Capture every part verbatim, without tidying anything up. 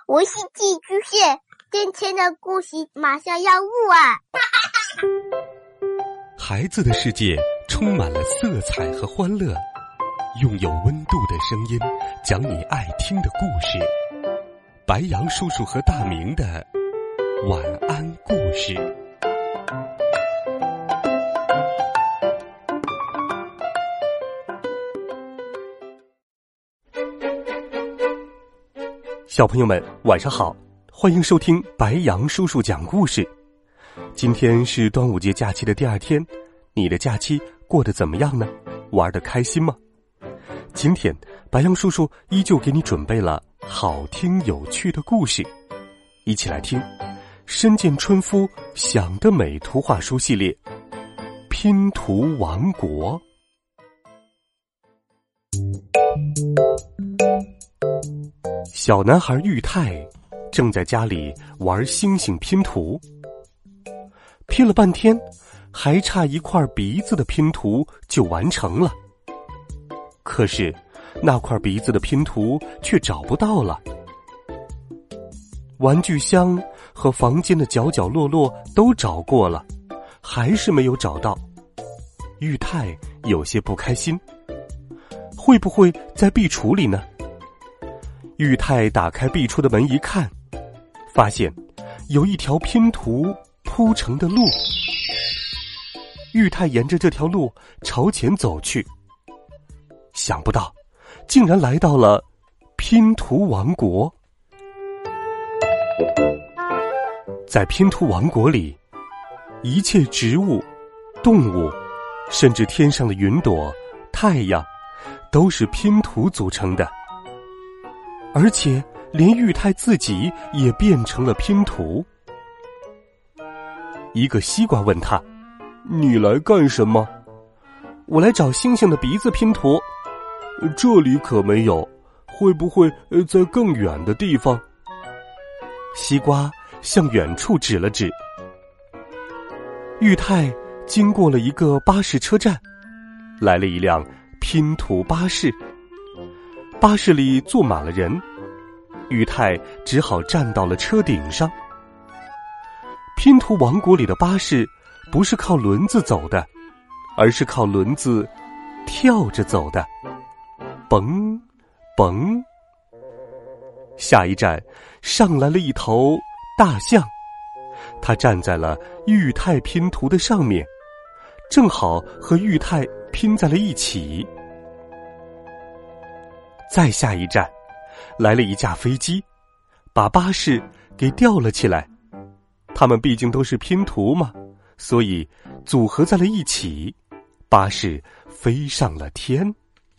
我是寄居蟹，今天的故事马上要录啊！ 孩子的世界充满了色彩和欢乐，用有温度的声音讲你爱听的故事。白杨叔叔和大明的晚安故事。小朋友们晚上好，欢迎收听白杨叔叔讲故事。今天是端午节假期的第二天，你的假期过得怎么样呢？玩得开心吗？今天白杨叔叔依旧给你准备了好听有趣的故事，一起来听深见春夫想得美图画书系列拼图王国。小男孩玉泰正在家里玩星星拼图，拼了半天还差一块鼻子的拼图就完成了，可是那块鼻子的拼图却找不到了。玩具箱和房间的角角落落都找过了，还是没有找到。玉泰有些不开心，会不会在壁橱里呢？玉泰打开壁橱的门一看，发现有一条拼图铺成的路。玉泰沿着这条路朝前走去，想不到竟然来到了拼图王国。在拼图王国里，一切植物、动物，甚至天上的云朵、太阳，都是拼图组成的。而且连玉泰自己也变成了拼图。一个西瓜问他：你来干什么？我来找星星的鼻子拼图。这里可没有，会不会在更远的地方？西瓜向远处指了指。玉泰经过了一个巴士车站，来了一辆拼图巴士。巴士里坐满了人，玉泰只好站到了车顶上。拼图王国里的巴士不是靠轮子走的，而是靠轮子跳着走的，蹦蹦。下一站上来了一头大象，它站在了玉泰拼图的上面，正好和玉泰拼在了一起。再下一站来了一架飞机，把巴士给吊了起来。他们毕竟都是拼图嘛，所以组合在了一起，巴士飞上了天。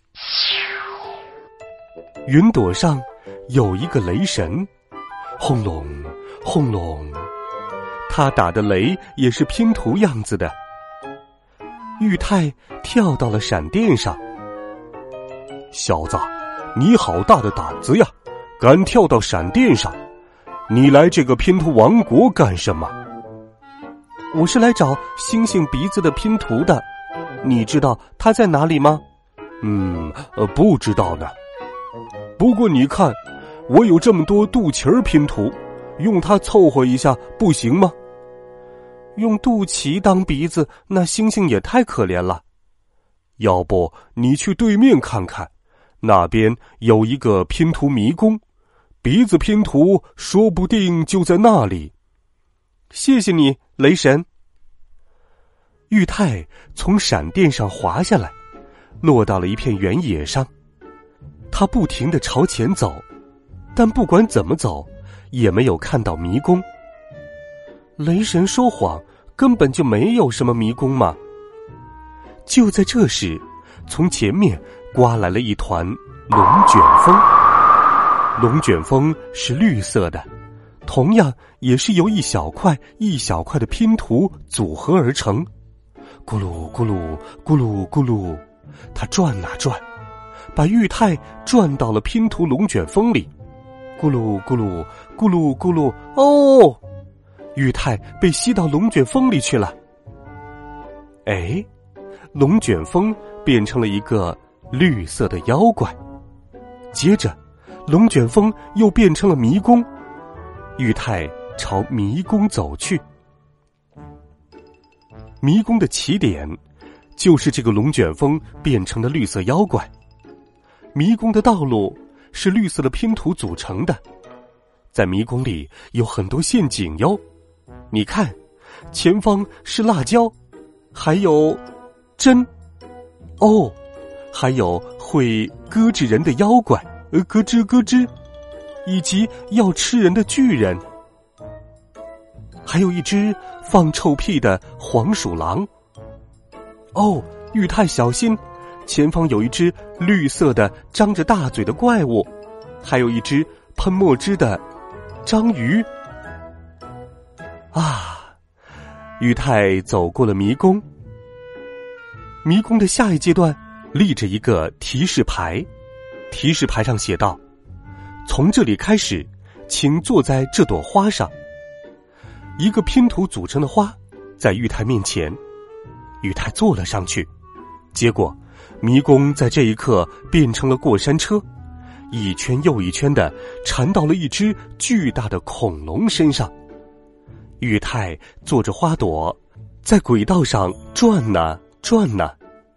云朵上有一个雷神，轰隆轰隆，他打的雷也是拼图样子的。玉泰跳到了闪电上。小子，你好大的胆子呀，敢跳到闪电上，你来这个拼图王国干什么？我是来找星星鼻子的拼图的，你知道它在哪里吗？嗯，呃，不知道呢。不过你看，我有这么多肚脐儿拼图，用它凑合一下不行吗？用肚脐当鼻子，那星星也太可怜了。要不你去对面看看，那边有一个拼图迷宫，鼻子拼图说不定就在那里。谢谢你，雷神。玉泰从闪电上滑下来，落到了一片原野上。他不停地朝前走，但不管怎么走，也没有看到迷宫。雷神说谎，根本就没有什么迷宫嘛。就在这时，从前面刮来了一团龙卷风。龙卷风是绿色的，同样也是由一小块一小块的拼图组合而成。咕噜咕噜咕噜咕噜，它转啊转，把玉泰转到了拼图龙卷风里。咕噜咕噜咕噜咕噜，哦，玉泰被吸到龙卷风里去了。哎，龙卷风变成了一个绿色的妖怪。接着龙卷风又变成了迷宫， 玉泰朝迷宫走去。迷宫的起点就是这个龙卷风变成的绿色妖怪。迷宫的道路是绿色的拼图组成的，在迷宫里有很多陷阱哟。你看，前方是辣椒，还有针，哦，还有会咯吱人的妖怪，呃，咯吱咯吱，以及要吃人的巨人，还有一只放臭屁的黄鼠狼。哦，玉泰小心，前方有一只绿色的张着大嘴的怪物，还有一只喷墨汁的章鱼。啊，玉泰走过了迷宫。迷宫的下一阶段立着一个提示牌，提示牌上写道：从这里开始，请坐在这朵花上。一个拼图组成的花在玉泰面前，玉泰坐了上去。结果迷宫在这一刻变成了过山车，一圈又一圈地缠到了一只巨大的恐龙身上。玉泰坐着花朵在轨道上转呐转呐。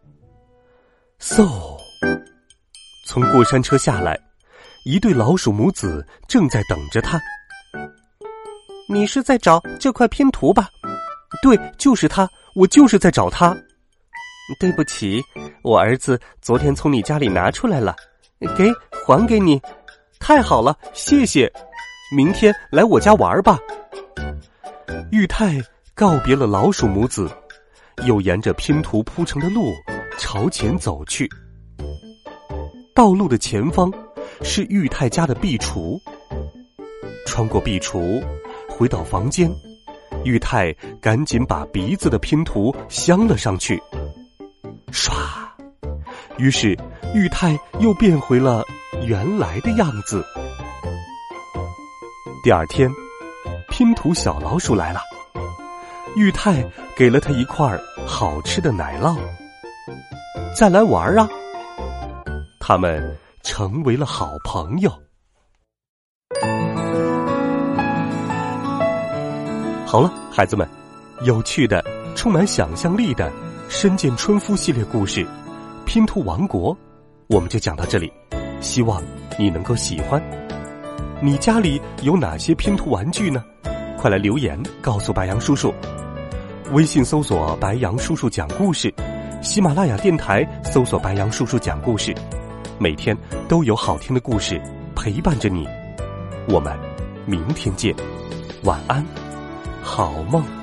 嗖，从过山车下来，一对老鼠母子正在等着他。你是在找这块拼图吧？对，就是它，我就是在找它。对不起，我儿子昨天从你家里拿出来了，给，还给你。太好了，谢谢。明天来我家玩吧。玉泰告别了老鼠母子，又沿着拼图铺成的路朝前走去。道路的前方是玉泰家的壁橱，穿过壁橱回到房间，玉泰赶紧把鼻子的拼图镶了上去。唰，于是玉泰又变回了原来的样子。第二天，拼图小老鼠来了，玉泰给了他一块好吃的奶酪。再来玩啊！他们成为了好朋友。好了，孩子们，有趣的、充满想象力的深见春夫系列故事《拼图王国》，我们就讲到这里，希望你能够喜欢。你家里有哪些拼图玩具呢？快来留言告诉白杨叔叔。微信搜索白杨叔叔讲故事，喜马拉雅电台搜索白杨叔叔讲故事，每天都有好听的故事陪伴着你。我们明天见，晚安，好梦。